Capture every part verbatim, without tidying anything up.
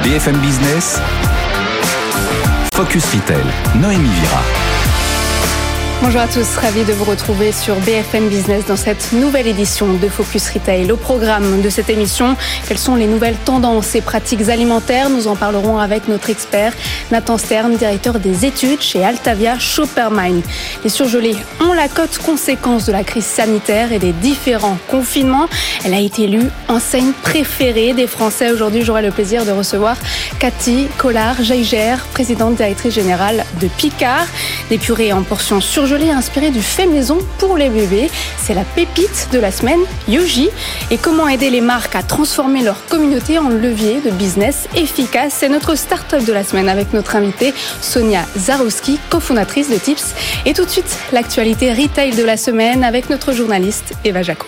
B F M Business, Focus Retail, Noémie Vira. Bonjour à tous, ravi de vous retrouver sur B F M Business dans cette nouvelle édition de Focus Retail. Au programme de cette émission, quelles sont les nouvelles tendances et pratiques alimentaires? Nous en parlerons avec notre expert Nathan Stern, directeur des études chez Altavia Shoppermine. Les surgelés ont la cote conséquence de la crise sanitaire et des différents confinements. Elle a été élue enseigne préférée des Français. Aujourd'hui, j'aurai le plaisir de recevoir Cathy Collard-Geiger, présidente directrice générale de Picard. Des purées en portions surgelées inspiré du fait maison pour les bébés. C'est la pépite de la semaine, Yogi. Et comment aider les marques à transformer leur communauté en levier de business efficace? C'est notre start-up de la semaine avec notre invitée Sonia Zarowski, cofondatrice de Tips. Et tout de suite, l'actualité retail de la semaine avec notre journaliste Eva Jaco.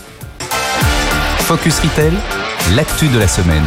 Focus Retail, l'actu de la semaine.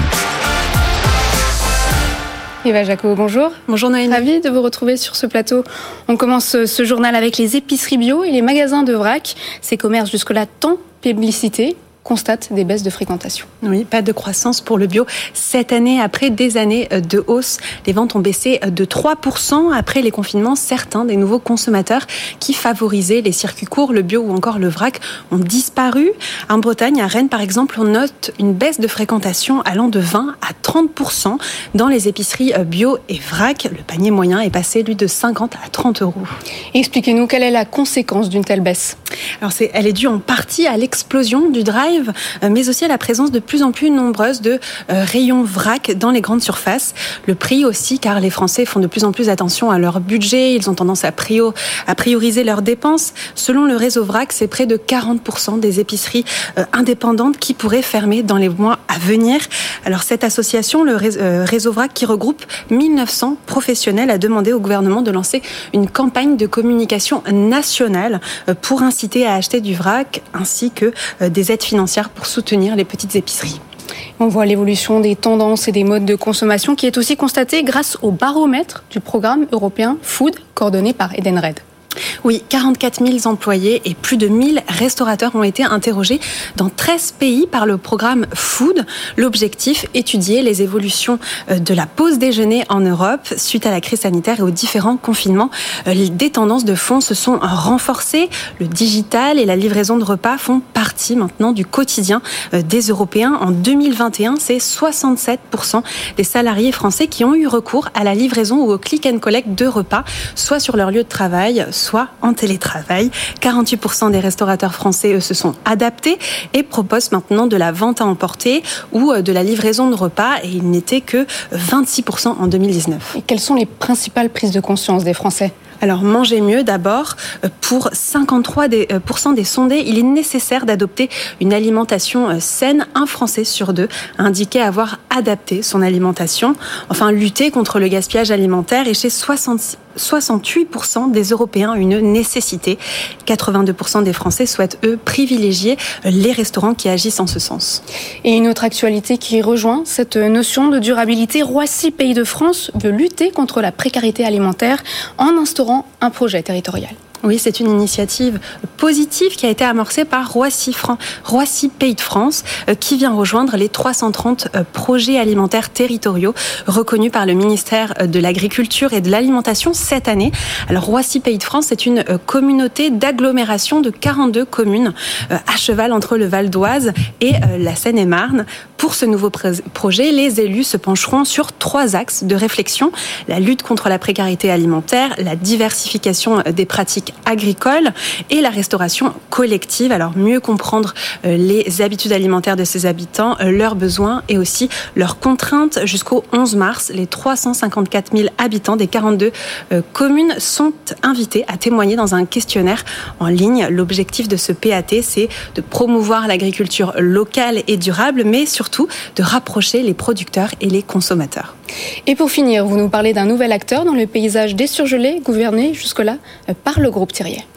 Eva Jaco, bonjour. Bonjour Noémie. Ravie de vous retrouver sur ce plateau. On commence ce journal avec les épiceries bio et les magasins de vrac. Ces commerces jusque-là tant publicités constate des baisses de fréquentation. Oui, pas de croissance pour le bio. Cette année, après des années de hausse, les ventes ont baissé de trois pour cent. Après les confinements, certains des nouveaux consommateurs qui favorisaient les circuits courts, le bio ou encore le vrac, ont disparu. En Bretagne, à Rennes par exemple, on note une baisse de fréquentation allant de vingt à trente pour cent dans les épiceries bio et vrac. Le panier moyen est passé, lui, de cinquante à trente euros. Expliquez-nous, quelle est la conséquence d'une telle baisse? Alors, c'est, elle est due en partie à l'explosion du drive, mais aussi à la présence de plus en plus nombreuse de euh, rayons vrac dans les grandes surfaces. Le prix aussi, car les Français font de plus en plus attention à leur budget. Ils ont tendance à, prior, à prioriser leurs dépenses. Selon le réseau vrac, c'est près de quarante pour cent des épiceries euh, indépendantes qui pourraient fermer dans les mois à venir. Alors, cette association, le réseau, euh, réseau vrac, qui regroupe mille neuf cents professionnels, a demandé au gouvernement de lancer une campagne de communication nationale euh, pour inciter à acheter du vrac, ainsi que euh, des aides financières pour soutenir les petites épiceries. On voit l'évolution des tendances et des modes de consommation qui est aussi constatée grâce au baromètre du programme européen Food coordonné par Edenred. Oui, quarante-quatre mille employés et plus de mille restaurateurs ont été interrogés dans treize pays par le programme Food. L'objectif, étudier les évolutions de la pause déjeuner en Europe suite à la crise sanitaire et aux différents confinements. Des tendances de fond se sont renforcées. Le digital et la livraison de repas font partie maintenant du quotidien des Européens. En deux mille vingt et un, c'est soixante-sept pour cent des salariés français qui ont eu recours à la livraison ou au click and collect de repas, soit sur leur lieu de travail, soit en télétravail. quarante-huit pour cent des restaurateurs français, eux, se sont adaptés et proposent maintenant de la vente à emporter ou de la livraison de repas, et il n'était que vingt-six pour cent en deux mille dix-neuf. Et quelles sont les principales prises de conscience des Français ? Alors, manger mieux d'abord. Pour cinquante-trois pour cent des sondés, il est nécessaire d'adopter une alimentation saine. Un Français sur deux a indiqué avoir adapté son alimentation. Enfin, lutter contre le gaspillage alimentaire est chez soixante-huit pour cent des Européens une nécessité. quatre-vingt-deux pour cent des Français souhaitent, eux, privilégier les restaurants qui agissent en ce sens. Et une autre actualité qui rejoint cette notion de durabilité, Roissy, Pays de France, veut lutter contre la précarité alimentaire en instaurant un projet territorial. Oui, c'est une initiative positive qui a été amorcée par Roissy, Fran- Roissy Pays de France, euh, qui vient rejoindre les trois cent trente euh, projets alimentaires territoriaux reconnus par le ministère de l'Agriculture et de l'Alimentation cette année. Alors, Roissy Pays de France, c'est une euh, communauté d'agglomération de quarante-deux communes euh, à cheval entre le Val d'Oise et euh, la Seine-et-Marne. Pour ce nouveau pré- projet, les élus se pencheront sur trois axes de réflexion: la lutte contre la précarité alimentaire, la diversification des pratiques agricole et la restauration collective. Alors, mieux comprendre les habitudes alimentaires de ses habitants, leurs besoins et aussi leurs contraintes. Jusqu'au onze mars, les trois cent cinquante-quatre mille habitants des quarante-deux communes sont invités à témoigner dans un questionnaire en ligne. L'objectif de ce P A T, c'est de promouvoir l'agriculture locale et durable, mais surtout de rapprocher les producteurs et les consommateurs. Et pour finir, vous nous parlez d'un nouvel acteur dans le paysage des surgelés, gouverné jusque-là par le groupe Thiriet.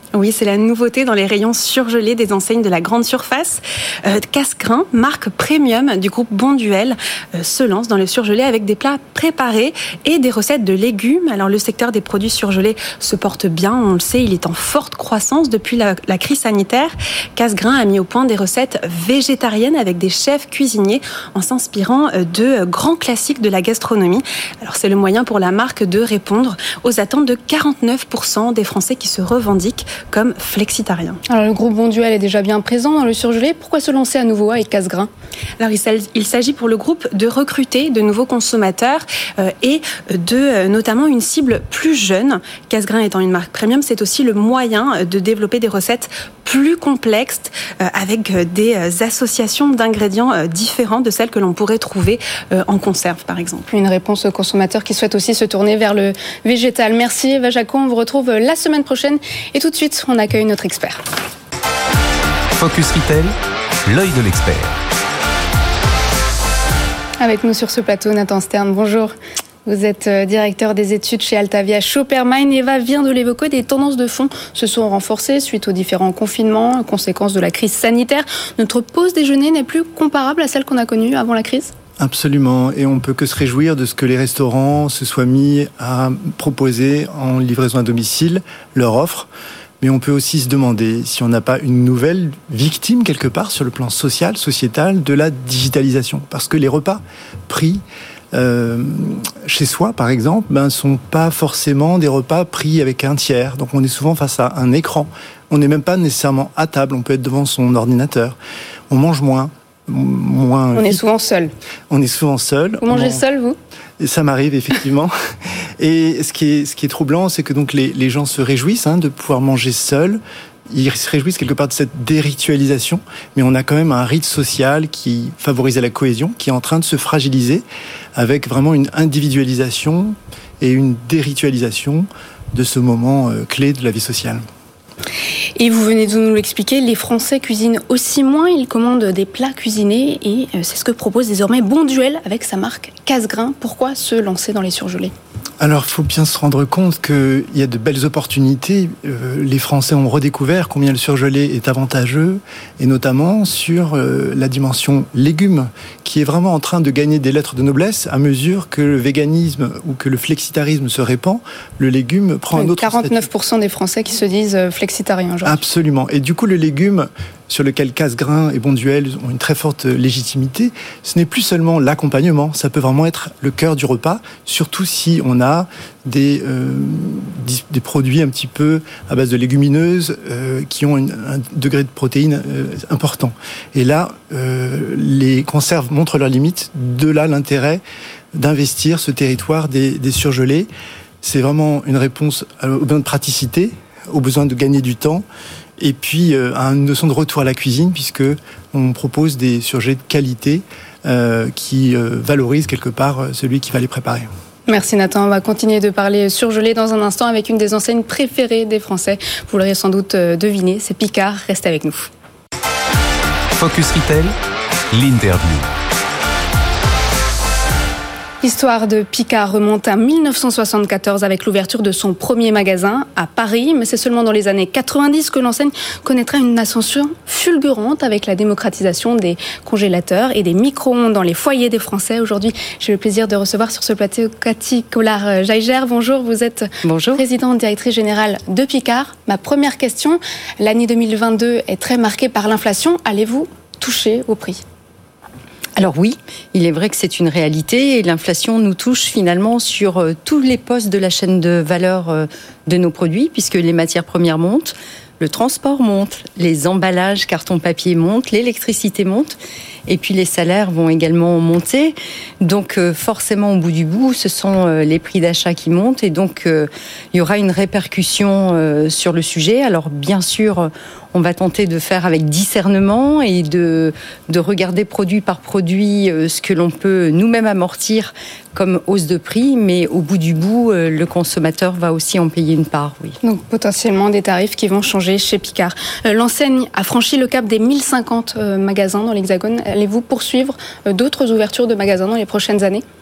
Oui, c'est la nouveauté dans les rayons surgelés des enseignes de la grande surface. Euh, Cassegrain, marque premium du groupe Bonduelle, euh, se lance dans le surgelé avec des plats préparés et des recettes de légumes. Alors le secteur des produits surgelés se porte bien, on le sait, il est en forte croissance depuis la, la crise sanitaire. Cassegrain a mis au point des recettes végétariennes avec des chefs cuisiniers en s'inspirant de grands classiques de la gastronomie. Alors c'est le moyen pour la marque de répondre aux attentes de quarante-neuf pour cent des Français qui se revendiquent comme flexitarien. Alors le groupe Bonduelle est déjà bien présent dans le surgelé. Pourquoi se lancer à nouveau avec Cassegrain ? Alors il s'agit pour le groupe de recruter de nouveaux consommateurs euh, et de euh, notamment une cible plus jeune. Cassegrain étant une marque premium, c'est aussi le moyen de développer des recettes plus complexes euh, avec des euh, associations d'ingrédients euh, différents de celles que l'on pourrait trouver euh, en conserve par exemple. Une réponse aux consommateurs qui souhaitent aussi se tourner vers le végétal. Merci Eva Jacon, on vous retrouve la semaine prochaine et tout de suite on accueille notre expert. Focus Retail, l'œil de l'expert. Avec nous sur ce plateau, Nathan Stern, bonjour. Vous êtes directeur des études chez Altavia Shoppermine. Eva vient de l'évoquer, des tendances de fond se sont renforcées suite aux différents confinements, conséquences de la crise sanitaire. Notre pause déjeuner n'est plus comparable à celle qu'on a connue avant la crise ? Absolument, et on ne peut que se réjouir de ce que les restaurants se soient mis à proposer en livraison à domicile leur offre. Mais on peut aussi se demander si on n'a pas une nouvelle victime quelque part sur le plan social, sociétal de la digitalisation. Parce que les repas pris euh, chez soi, par exemple, ben, sont pas forcément des repas pris avec un tiers. Donc on est souvent face à un écran. On n'est même pas nécessairement à table, on peut être devant son ordinateur. On mange moins. Moins on vite. est souvent seul. On est souvent seul. Vous mangez on... seul, vous ? Et ça m'arrive, effectivement. Et ce qui est, ce qui est troublant, c'est que donc les, les gens se réjouissent hein, de pouvoir manger seuls. Ils se réjouissent quelque part de cette déritualisation. Mais on a quand même un rite social qui favorise la cohésion, qui est en train de se fragiliser avec vraiment une individualisation et une déritualisation de ce moment euh, clé de la vie sociale. Et vous venez de nous l'expliquer, les Français cuisinent aussi moins, ils commandent des plats cuisinés et c'est ce que propose désormais Bonduelle avec sa marque Cassegrain. Pourquoi se lancer dans les surgelés ? Alors, il faut bien se rendre compte qu'il y a de belles opportunités. Euh, les Français ont redécouvert combien le surgelé est avantageux, et notamment sur euh, la dimension légumes, qui est vraiment en train de gagner des lettres de noblesse à mesure que le véganisme ou que le flexitarisme se répand. Le légume prend un autre quarante-neuf pour cent des Français qui se disent flexitariens aujourd'hui. Absolument. Et du coup, le légume, sur lequel Cassegrain et Bonduelle ont une très forte légitimité, ce n'est plus seulement l'accompagnement, ça peut vraiment être le cœur du repas, surtout si on a des, euh, des produits un petit peu à base de légumineuses euh, qui ont une, un degré de protéines euh, important. Et là, euh, les conserves montrent leurs limites, de là l'intérêt d'investir ce territoire des, des surgelés. C'est vraiment une réponse aux besoins de praticité, aux besoins de gagner du temps, et puis euh, à une notion de retour à la cuisine, puisque on propose des surgelés de qualité euh, qui euh, valorisent quelque part celui qui va les préparer. Merci Nathan, on va continuer de parler surgelé dans un instant avec une des enseignes préférées des Français. Vous l'aurez sans doute deviné, c'est Picard, restez avec nous. Focus Retail, l'interview. L'histoire de Picard remonte à dix-neuf cent soixante-quatorze avec l'ouverture de son premier magasin à Paris. Mais c'est seulement dans les années quatre-vingt-dix que l'enseigne connaîtra une ascension fulgurante avec la démocratisation des congélateurs et des micro-ondes dans les foyers des Français. Aujourd'hui, j'ai le plaisir de recevoir sur ce plateau Cathy Collard-Geiger. Bonjour, vous êtes Bonjour. présidente directrice générale de Picard. Ma première question, l'année deux mille vingt-deux est très marquée par l'inflation. Allez-vous toucher au prix ? Alors oui, il est vrai que c'est une réalité et l'inflation nous touche finalement sur euh, tous les postes de la chaîne de valeur euh, de nos produits, puisque les matières premières montent, le transport monte, les emballages, carton papier montent, l'électricité monte, et puis les salaires vont également monter. Donc euh, forcément au bout du bout, ce sont euh, les prix d'achat qui montent, et donc euh, il y aura une répercussion euh, sur le sujet. Alors bien sûr, on va tenter de faire avec discernement et de, de regarder produit par produit ce que l'on peut nous-mêmes amortir comme hausse de prix, mais au bout du bout, le consommateur va aussi en payer une part, oui. Donc potentiellement des tarifs qui vont changer chez Picard. L'enseigne a franchi le cap des mille cinquante magasins dans l'Hexagone. Allez-vous poursuivre d'autres ouvertures de magasins dans les prochaines années ?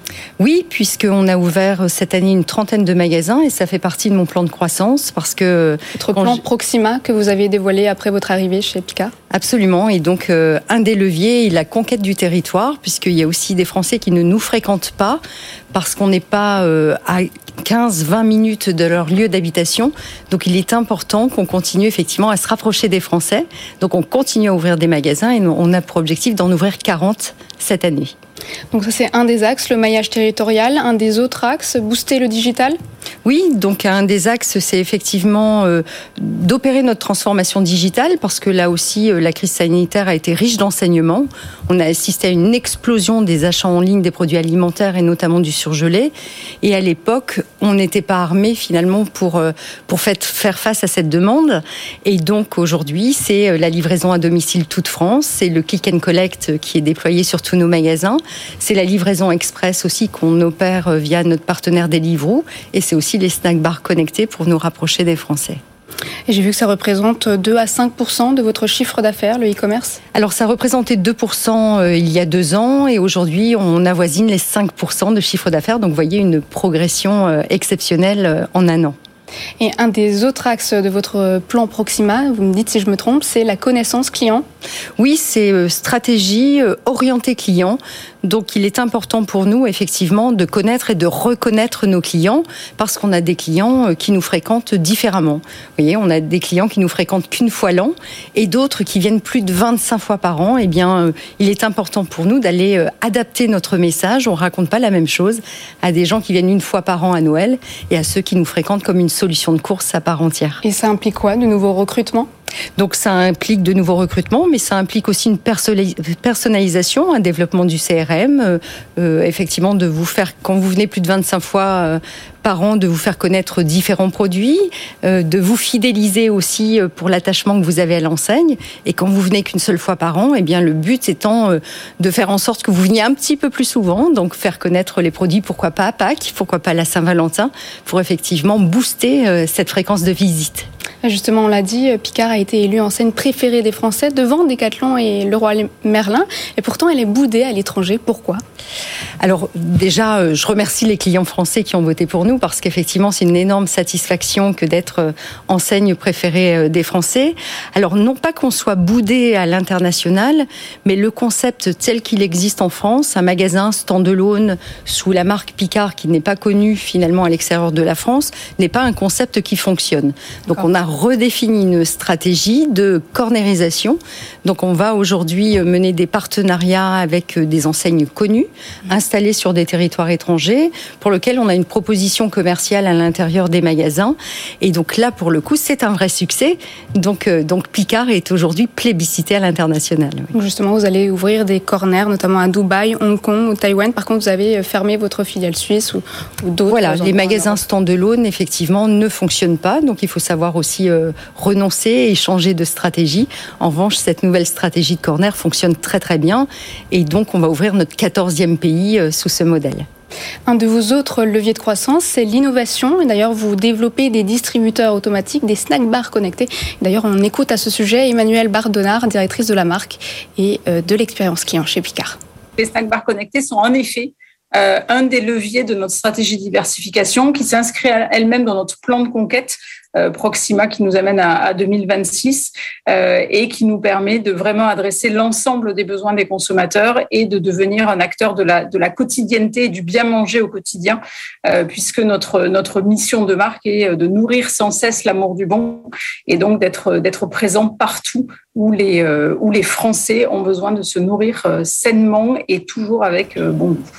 Oui, puisqu'on a ouvert cette année une trentaine de magasins et ça fait partie de mon plan de croissance parce que... Votre plan je... Proxima que vous avez dévoilé après votre arrivée chez Picard. Absolument, et donc euh, un des leviers est la conquête du territoire, puisqu'il y a aussi des Français qui ne nous fréquentent pas parce qu'on n'est pas euh, à quinze à vingt minutes de leur lieu d'habitation. Donc il est important qu'on continue effectivement à se rapprocher des Français. Donc on continue à ouvrir des magasins et on a pour objectif d'en ouvrir quarante cette année. Donc ça c'est un des axes, le maillage territorial. Un des autres axes, booster le digital ? Oui, donc un des axes, c'est effectivement euh, d'opérer notre transformation digitale, parce que là aussi, euh, la crise sanitaire a été riche d'enseignements. On a assisté à une explosion des achats en ligne des produits alimentaires et notamment du surgelé. Et à l'époque, on n'était pas armé finalement pour euh, pour fait, faire face à cette demande. Et donc aujourd'hui, c'est la livraison à domicile toute France, c'est le click and collect qui est déployé sur tous nos magasins, c'est la livraison express aussi qu'on opère via notre partenaire Deliveroo, et c'est aussi les snack bars connectés pour nous rapprocher des Français. Et j'ai vu que ça représente deux à cinq pour cent de votre chiffre d'affaires, le e-commerce ? Alors ça représentait deux pour cent il y a deux ans et aujourd'hui on avoisine les cinq pour cent de chiffre d'affaires. Donc vous voyez une progression exceptionnelle en un an. Et un des autres axes de votre plan Proxima, vous me dites si je me trompe, c'est la connaissance client ? Oui, c'est stratégie orientée client. Donc il est important pour nous effectivement de connaître et de reconnaître nos clients parce qu'on a des clients qui nous fréquentent différemment. Vous voyez, on a des clients qui nous fréquentent qu'une fois l'an et d'autres qui viennent plus de vingt-cinq fois par an. Eh bien, il est important pour nous d'aller adapter notre message. On raconte pas la même chose à des gens qui viennent une fois par an à Noël et à ceux qui nous fréquentent comme une solution de course à part entière. Et ça implique quoi, de nouveaux recrutements ? Donc ça implique de nouveaux recrutements, mais ça implique aussi une personnalisation, un développement du C R M, euh, euh, effectivement de vous faire, quand vous venez plus de vingt-cinq fois euh, par an, de vous faire connaître différents produits, euh, de vous fidéliser aussi pour l'attachement que vous avez à l'enseigne, et quand vous venez qu'une seule fois par an, eh bien le but étant euh, de faire en sorte que vous veniez un petit peu plus souvent, donc faire connaître les produits, pourquoi pas à Pâques, pourquoi pas à la Saint-Valentin, pour effectivement booster euh, cette fréquence de visite. Justement, on l'a dit, Picard a été élue enseigne préférée des Français devant Decathlon et Leroy Merlin. Et pourtant, elle est boudée à l'étranger. Pourquoi ? Alors déjà, je remercie les clients français qui ont voté pour nous parce qu'effectivement, c'est une énorme satisfaction que d'être enseigne préférée des Français. Alors non pas qu'on soit boudé à l'international, mais le concept tel qu'il existe en France, un magasin stand-alone sous la marque Picard qui n'est pas connu finalement à l'extérieur de la France, n'est pas un concept qui fonctionne. Donc on a redéfini une stratégie de cornérisation. Donc on va aujourd'hui mener des partenariats avec des enseignes connues, installées sur des territoires étrangers, pour lesquels on a une proposition commerciale à l'intérieur des magasins. Et donc là, pour le coup, c'est un vrai succès. Donc, donc Picard est aujourd'hui plébiscité à l'international. Oui. Donc justement, vous allez ouvrir des corners, notamment à Dubaï, Hong Kong ou Taïwan. Par contre, vous avez fermé votre filiale suisse ou, ou d'autres. Voilà, les magasins stand-alone, effectivement, ne fonctionnent pas. Donc il faut savoir aussi Euh, renoncer et changer de stratégie. En revanche, cette nouvelle stratégie de corner fonctionne très très bien et donc on va ouvrir notre quatorzième pays euh, sous ce modèle. Un de vos autres leviers de croissance, c'est l'innovation. Et d'ailleurs, vous développez des distributeurs automatiques, des snack bars connectés. D'ailleurs, on écoute à ce sujet Emmanuelle Bardonnard, directrice de la marque et euh, de l'expérience client chez Picard. Les snack bars connectés sont en effet Euh, un des leviers de notre stratégie de diversification qui s'inscrit elle-même dans notre plan de conquête euh, Proxima qui nous amène à, à deux mille vingt-six euh, et qui nous permet de vraiment adresser l'ensemble des besoins des consommateurs et de devenir un acteur de la, de la quotidienneté et du bien manger au quotidien euh, puisque notre, notre mission de marque est de nourrir sans cesse l'amour du bon et donc d'être, d'être présent partout où les, euh, où les Français ont besoin de se nourrir euh, sainement et toujours avec euh, bon goût.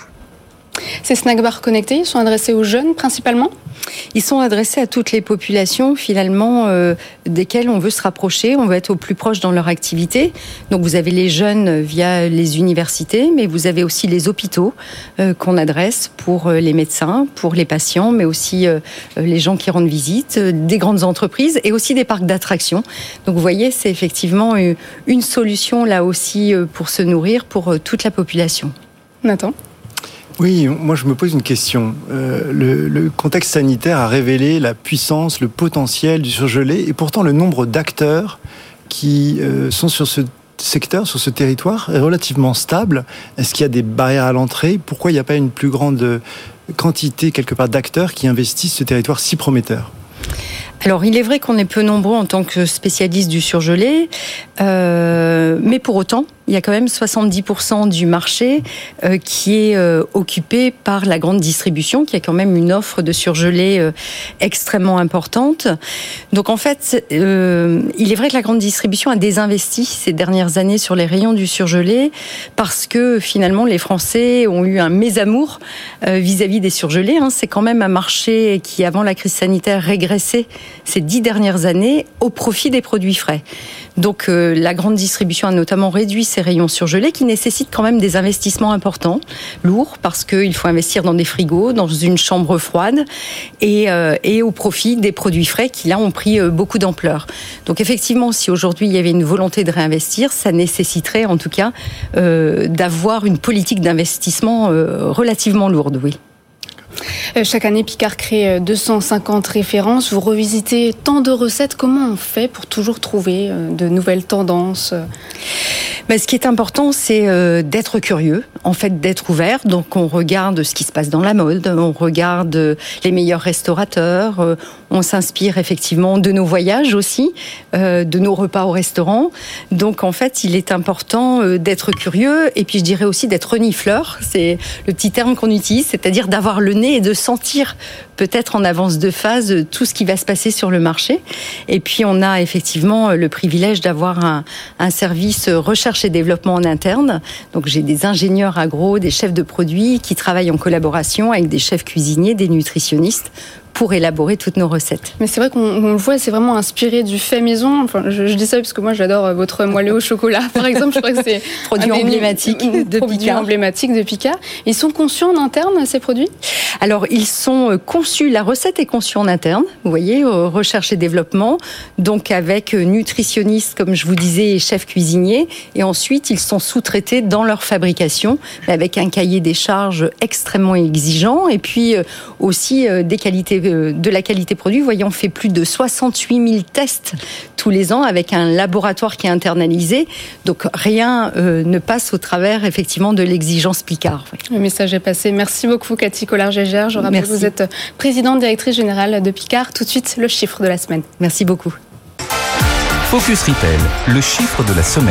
Ces snack bars connectés, ils sont adressés aux jeunes principalement ? Ils sont adressés à toutes les populations finalement euh, desquelles on veut se rapprocher, on veut être au plus proche dans leur activité. Donc vous avez les jeunes via les universités, mais vous avez aussi les hôpitaux euh, qu'on adresse pour les médecins, pour les patients, mais aussi euh, les gens qui rendent visite, euh, des grandes entreprises et aussi des parcs d'attractions. Donc vous voyez, c'est effectivement une solution là aussi pour se nourrir pour toute la population. Nathan ? Oui, moi je me pose une question. Euh, le, le contexte sanitaire a révélé la puissance, le potentiel du surgelé et pourtant le nombre d'acteurs qui euh, sont sur ce secteur, sur ce territoire, est relativement stable. Est-ce qu'il y a des barrières à l'entrée ? Pourquoi il n'y a pas une plus grande quantité, quelque part, d'acteurs qui investissent ce territoire si prometteur ? Alors, il est vrai qu'on est peu nombreux en tant que spécialistes du surgelé, euh, mais pour autant, il y a quand même soixante-dix pour cent du marché euh, qui est euh, occupé par la grande distribution, qui a quand même une offre de surgelé euh, extrêmement importante. Donc, en fait, euh, il est vrai que la grande distribution a désinvesti ces dernières années sur les rayons du surgelé parce que, finalement, les Français ont eu un mésamour euh, vis-à-vis des surgelés. Hein. C'est quand même un marché qui, avant la crise sanitaire, régressait ces dix dernières années au profit des produits frais. Donc euh, la grande distribution a notamment réduit ses rayons surgelés qui nécessitent quand même des investissements importants, lourds, parce qu'il faut investir dans des frigos, dans une chambre froide et, euh, et au profit des produits frais qui là ont pris euh, beaucoup d'ampleur. Donc effectivement, si aujourd'hui il y avait une volonté de réinvestir, ça nécessiterait en tout cas euh, d'avoir une politique d'investissement euh, relativement lourde, oui. Chaque année, Picard crée deux cent cinquante références. Vous revisitez tant de recettes. Comment on fait pour toujours trouver de nouvelles tendances ? Ben, ce qui est important, c'est euh, d'être curieux, en fait, d'être ouvert. Donc, on regarde ce qui se passe dans la mode, on regarde les meilleurs restaurateurs, euh, on s'inspire effectivement de nos voyages aussi, euh, de nos repas au restaurant. Donc, en fait, il est important euh, d'être curieux et puis je dirais aussi d'être renifleur. C'est le petit terme qu'on utilise, c'est-à-dire d'avoir le nez et de sentir peut-être en avance de phase tout ce qui va se passer sur le marché. Et puis, on a effectivement le privilège d'avoir un, un service recherche et développement en interne. Donc, j'ai des ingénieurs agro, des chefs de produits qui travaillent en collaboration avec des chefs cuisiniers, des nutritionnistes pour élaborer toutes nos recettes. Mais c'est vrai qu'on on le voit, c'est vraiment inspiré du fait maison. Enfin, je, je dis ça parce que moi, j'adore votre moelleux au chocolat, par exemple. Je crois que c'est produit emblématique de Picard. emblématique de Picard. Ils sont conçus en interne, ces produits ? Alors, ils sont conçus, la recette est conçue en interne, vous voyez, recherche et développement, donc avec nutritionnistes, comme je vous disais, et chefs cuisiniers, et ensuite, ils sont sous-traités dans leur fabrication, avec un cahier des charges extrêmement exigeant, et puis aussi des qualités de la qualité produit. Vous voyez, on fait plus de soixante-huit mille tests tous les ans avec un laboratoire qui est internalisé. Donc, rien euh, ne passe au travers, effectivement, de l'exigence Picard. Oui. Le message est passé. Merci beaucoup, Cathy Collard-Gégère. Je rappelle que vous êtes présidente directrice générale de Picard. Tout de suite, le chiffre de la semaine. Merci beaucoup. Focus Retail, le chiffre de la semaine.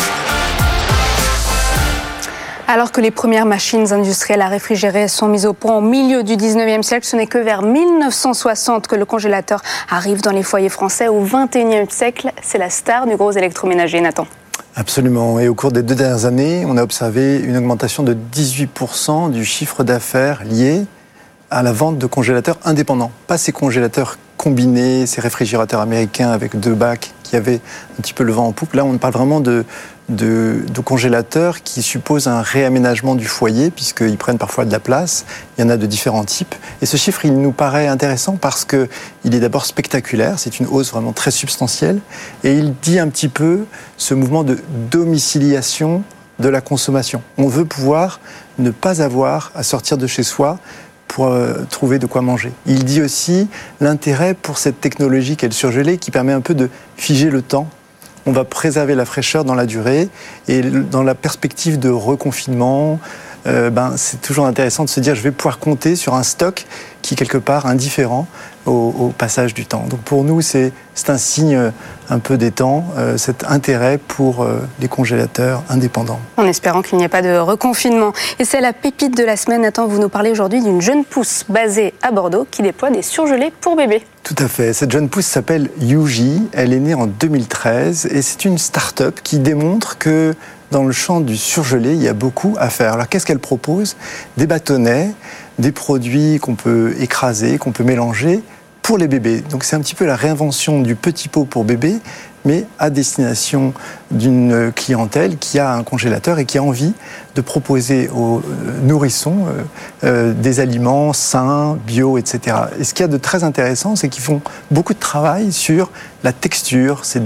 Alors que les premières machines industrielles à réfrigérer sont mises au point au milieu du dix-neuvième siècle, ce n'est que vers mille neuf cent soixante que le congélateur arrive dans les foyers français. Au vingt et unième siècle, c'est la star du gros électroménager. Nathan. Absolument. Et au cours des deux dernières années, on a observé une augmentation de dix-huit pour cent du chiffre d'affaires lié à la vente de congélateurs indépendants. Pas ces congélateurs combinés, ces réfrigérateurs américains avec deux bacs qui avaient un petit peu le vent en poupe. Là, on parle vraiment de, de, de congélateurs qui supposent un réaménagement du foyer, puisqu'ils prennent parfois de la place. Il y en a de différents types. Et ce chiffre, il nous paraît intéressant parce qu'il est d'abord spectaculaire. C'est une hausse vraiment très substantielle. Et il dit un petit peu ce mouvement de domiciliation de la consommation. On veut pouvoir ne pas avoir à sortir de chez soi pour euh, trouver de quoi manger. Il dit aussi l'intérêt pour cette technologie qu'est le surgelé qui permet un peu de figer le temps. On va préserver la fraîcheur dans la durée et dans la perspective de reconfinement, euh, ben, c'est toujours intéressant de se dire je vais pouvoir compter sur un stock qui est quelque part indifférent au, au passage du temps. Donc pour nous, c'est, c'est un signe un peu des temps, euh, cet intérêt pour euh, les congélateurs indépendants. En espérant qu'il n'y ait pas de reconfinement. Et c'est la pépite de la semaine. Nathan, vous nous parlez aujourd'hui d'une jeune pousse basée à Bordeaux qui déploie des surgelés pour bébés. Tout à fait. Cette jeune pousse s'appelle Yuji. Elle est née en deux mille treize et c'est une start-up qui démontre que dans le champ du surgelé, il y a beaucoup à faire. Alors qu'est-ce qu'elle propose ? Des bâtonnets, des produits qu'on peut écraser, qu'on peut mélanger pour les bébés. Donc c'est un petit peu la réinvention du petit pot pour bébé, mais à destination d'une clientèle qui a un congélateur et qui a envie de proposer aux nourrissons euh, euh, des aliments sains, bio, et cetera. Et ce qu'il y a de très intéressant, c'est qu'ils font beaucoup de travail sur la texture. C'est des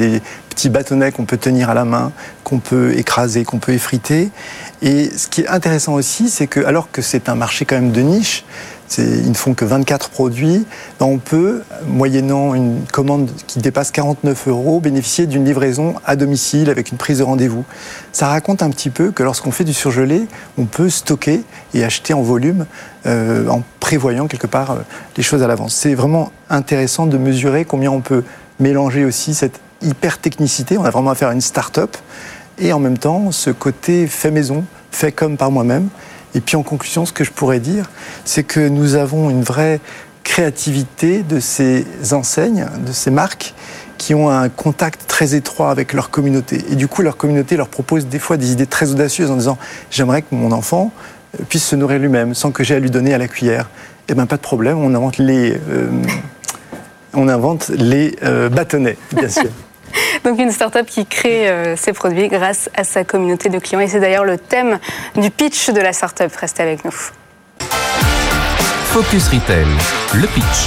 petits bâtonnets qu'on peut tenir à la main, qu'on peut écraser, qu'on peut effriter. Et ce qui est intéressant aussi, c'est que, alors que c'est un marché quand même de niche, c'est, ils ne font que vingt-quatre produits, ben on peut, moyennant une commande qui dépasse quarante-neuf euros, bénéficier d'une livraison à domicile avec une prise de rendez-vous. Ça raconte un petit peu que lorsqu'on fait du surgelé, on peut stocker et acheter en volume euh, en prévoyant quelque part euh, les choses à l'avance. C'est vraiment intéressant de mesurer combien on peut mélanger aussi cette hyper technicité. On a vraiment affaire à une start-up et en même temps ce côté fait maison, fait comme par moi-même. Et puis en conclusion, ce que je pourrais dire, c'est que nous avons une vraie créativité de ces enseignes, de ces marques, qui ont un contact très étroit avec leur communauté. Et du coup, leur communauté leur propose des fois des idées très audacieuses en disant « j'aimerais que mon enfant puisse se nourrir lui-même sans que j'aie à lui donner à la cuillère ». Eh bien, pas de problème, on invente les, euh, on invente les euh, bâtonnets, bien sûr. Donc une start-up qui crée euh, ses produits grâce à sa communauté de clients. Et c'est d'ailleurs le thème du pitch de la start-up. Restez avec nous. Focus Retail, le pitch.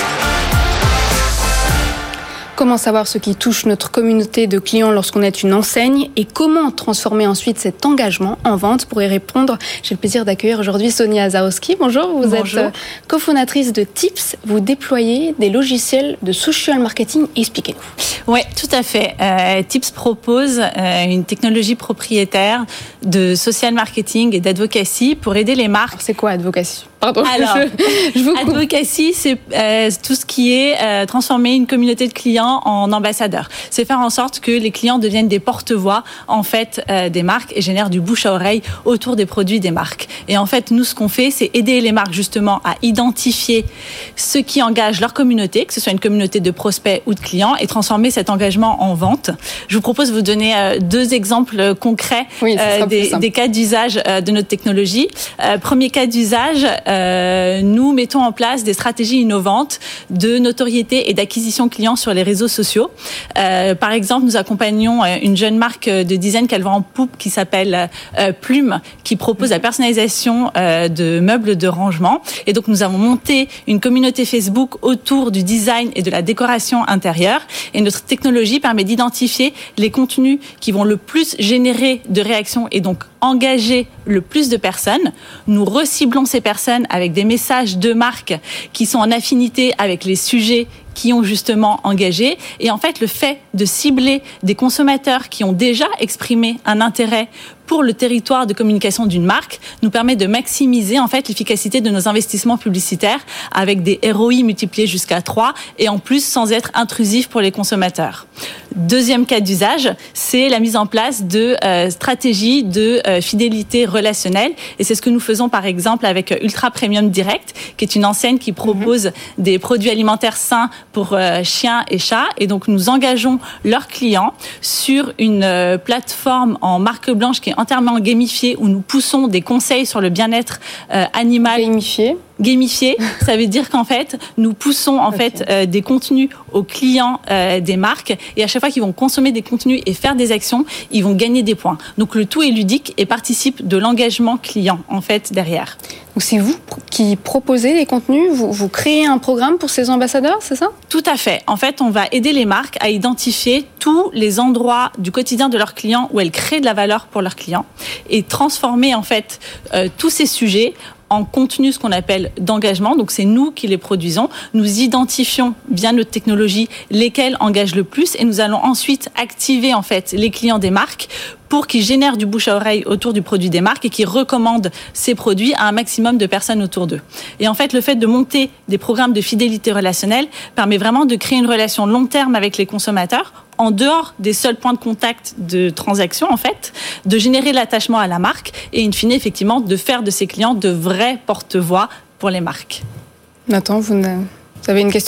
Comment savoir ce qui touche notre communauté de clients lorsqu'on est une enseigne et comment transformer ensuite cet engagement en vente? Pour y répondre, j'ai le plaisir d'accueillir aujourd'hui Sonia Zaorski. Bonjour, vous Bonjour. êtes cofondatrice de Tips. Vous déployez des logiciels de social marketing. Expliquez-nous. Oui, tout à fait. Euh, Tips propose euh, une technologie propriétaire de social marketing et d'advocacy pour aider les marques. Alors, c'est quoi advocacy? Pardon, Alors, je, je vous coupe. Advocacy, c'est euh, tout ce qui est euh, transformer une communauté de clients en ambassadeurs. C'est faire en sorte que les clients deviennent des porte-voix en fait euh, des marques et génèrent du bouche à oreille autour des produits des marques. Et en fait, nous, ce qu'on fait, c'est aider les marques justement à identifier ce qui engage leur communauté, que ce soit une communauté de prospects ou de clients, et transformer cet engagement en vente. Je vous propose de vous donner euh, deux exemples concrets oui, euh, des, des cas d'usage euh, de notre technologie. Euh, premier cas d'usage. Euh, nous mettons en place des stratégies innovantes de notoriété et d'acquisition clients sur les réseaux sociaux. Euh, par exemple, nous accompagnons une jeune marque de design qu'elle vend en poupe qui s'appelle euh, Plume, qui propose la personnalisation euh, de meubles de rangement. Et donc, nous avons monté une communauté Facebook autour du design et de la décoration intérieure. Et notre technologie permet d'identifier les contenus qui vont le plus générer de réactions et donc engager le plus de personnes. Nous reciblons ces personnes avec des messages de marque qui sont en affinité avec les sujets qui ont justement engagé. Et en fait, le fait de cibler des consommateurs qui ont déjà exprimé un intérêt pour le territoire de communication d'une marque nous permet de maximiser en fait l'efficacité de nos investissements publicitaires avec des R O I multipliés jusqu'à trois et en plus sans être intrusif pour les consommateurs. Deuxième cas d'usage, c'est la mise en place de euh, stratégies de euh, fidélité relationnelle et c'est ce que nous faisons par exemple avec Ultra Premium Direct qui est une enseigne qui propose mmh. des produits alimentaires sains pour euh, chiens et chats et donc nous engageons leurs clients sur une euh, plateforme en marque blanche qui est entièrement gamifiée où nous poussons des conseils sur le bien-être euh, animal. Gamifié. Gamifié, ça veut dire qu'en fait, nous poussons en okay. fait euh, des contenus aux clients euh, des marques et à chaque fois qu'ils vont consommer des contenus et faire des actions, ils vont gagner des points. Donc le tout est ludique et participe de l'engagement client en fait derrière. Donc c'est vous qui proposez les contenus, vous, vous créez un programme pour ces ambassadeurs, c'est ça? Tout à fait. En fait, on va aider les marques à identifier tous les endroits du quotidien de leurs clients où elles créent de la valeur pour leurs clients et transformer en fait euh, tous ces sujets en contenu, ce qu'on appelle d'engagement. Donc, c'est nous qui les produisons. Nous identifions via notre technologie lesquels engagent le plus et nous allons ensuite activer, en fait, les clients des marques pour qu'ils génèrent du bouche à oreille autour du produit des marques et qu'ils recommandent ces produits à un maximum de personnes autour d'eux. Et en fait, le fait de monter des programmes de fidélité relationnelle permet vraiment de créer une relation long terme avec les consommateurs en dehors des seuls points de contact de transaction, en fait, de générer l'attachement à la marque et, in fine, effectivement, de faire de ses clients de vrais porte-voix pour les marques. Nathan, vous, vous avez une question ?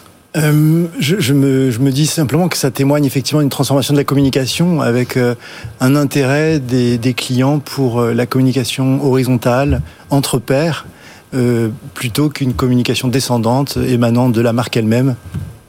Euh, je, je, me, je me dis simplement que ça témoigne effectivement d'une transformation de la communication avec euh, un intérêt des, des clients pour euh, la communication horizontale, entre pairs, euh, plutôt qu'une communication descendante émanant de la marque elle-même.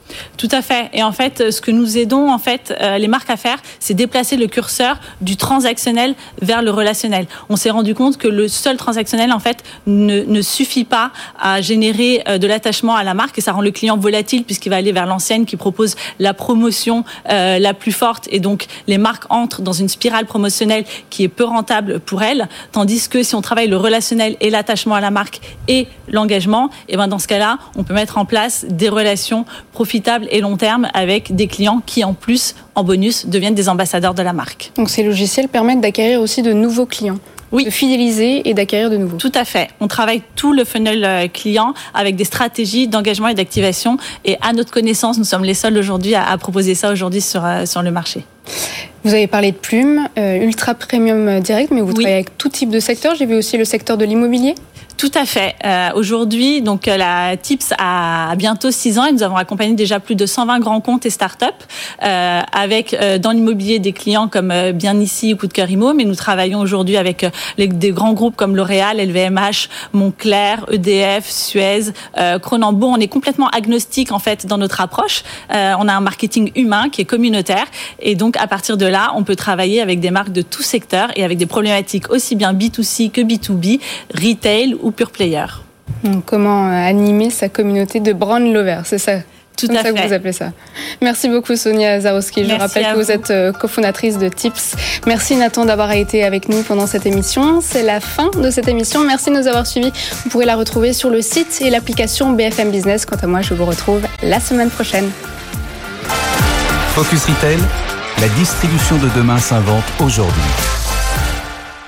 Tout à fait. Et en fait, ce que nous aidons en fait euh, les marques à faire, c'est déplacer le curseur du transactionnel vers le relationnel. On s'est rendu compte que le seul transactionnel en fait ne, ne suffit pas à générer euh, de l'attachement à la marque et ça rend le client volatile puisqu'il va aller vers l'enseigne qui propose la promotion euh, la plus forte et donc les marques entrent dans une spirale promotionnelle qui est peu rentable pour elles. Tandis que si on travaille le relationnel et l'attachement à la marque et l'engagement, et ben dans ce cas-là, on peut mettre en place des relations profitables et long terme avec des clients qui, en plus, en bonus, deviennent des ambassadeurs de la marque. Donc ces logiciels permettent d'acquérir aussi de nouveaux clients. Oui. De fidéliser et d'acquérir de nouveaux. Tout à fait. On travaille tout le funnel client avec des stratégies d'engagement et d'activation. Et à notre connaissance, nous sommes les seuls aujourd'hui à, à proposer ça aujourd'hui sur, sur le marché. Vous avez parlé de Plume, euh, ultra premium direct, mais vous oui. travaillez avec tout type de secteur. J'ai vu aussi le secteur de l'immobilier. Tout à fait. Euh, aujourd'hui, donc la Tips a bientôt six ans et nous avons accompagné déjà plus de cent vingt grands comptes et startups euh, avec euh, dans l'immobilier des clients comme euh, Bien Ici ou Coup de Cœur Immo, mais nous travaillons aujourd'hui avec euh, les, des grands groupes comme L'Oréal, L V M H, Moncler, E D F, Suez, euh, Cronenbourg. On est complètement agnostique en fait dans notre approche. Euh, on a un marketing humain qui est communautaire et donc à partir de là, on peut travailler avec des marques de tout secteur et avec des problématiques aussi bien B deux C que B deux B, retail ou pure player. Donc, comment animer sa communauté de brand lovers, c'est ça? Tout Comme à ça fait. que vous appelez ça. Merci beaucoup Sonia Zarowski. Je Merci rappelle que vous, vous êtes cofondatrice de Tips. Merci Nathan d'avoir été avec nous pendant cette émission. C'est la fin de cette émission. Merci de nous avoir suivis. Vous pourrez la retrouver sur le site et l'application B F M Business. Quant à moi, je vous retrouve la semaine prochaine. Focus Retail, la distribution de demain s'invente aujourd'hui.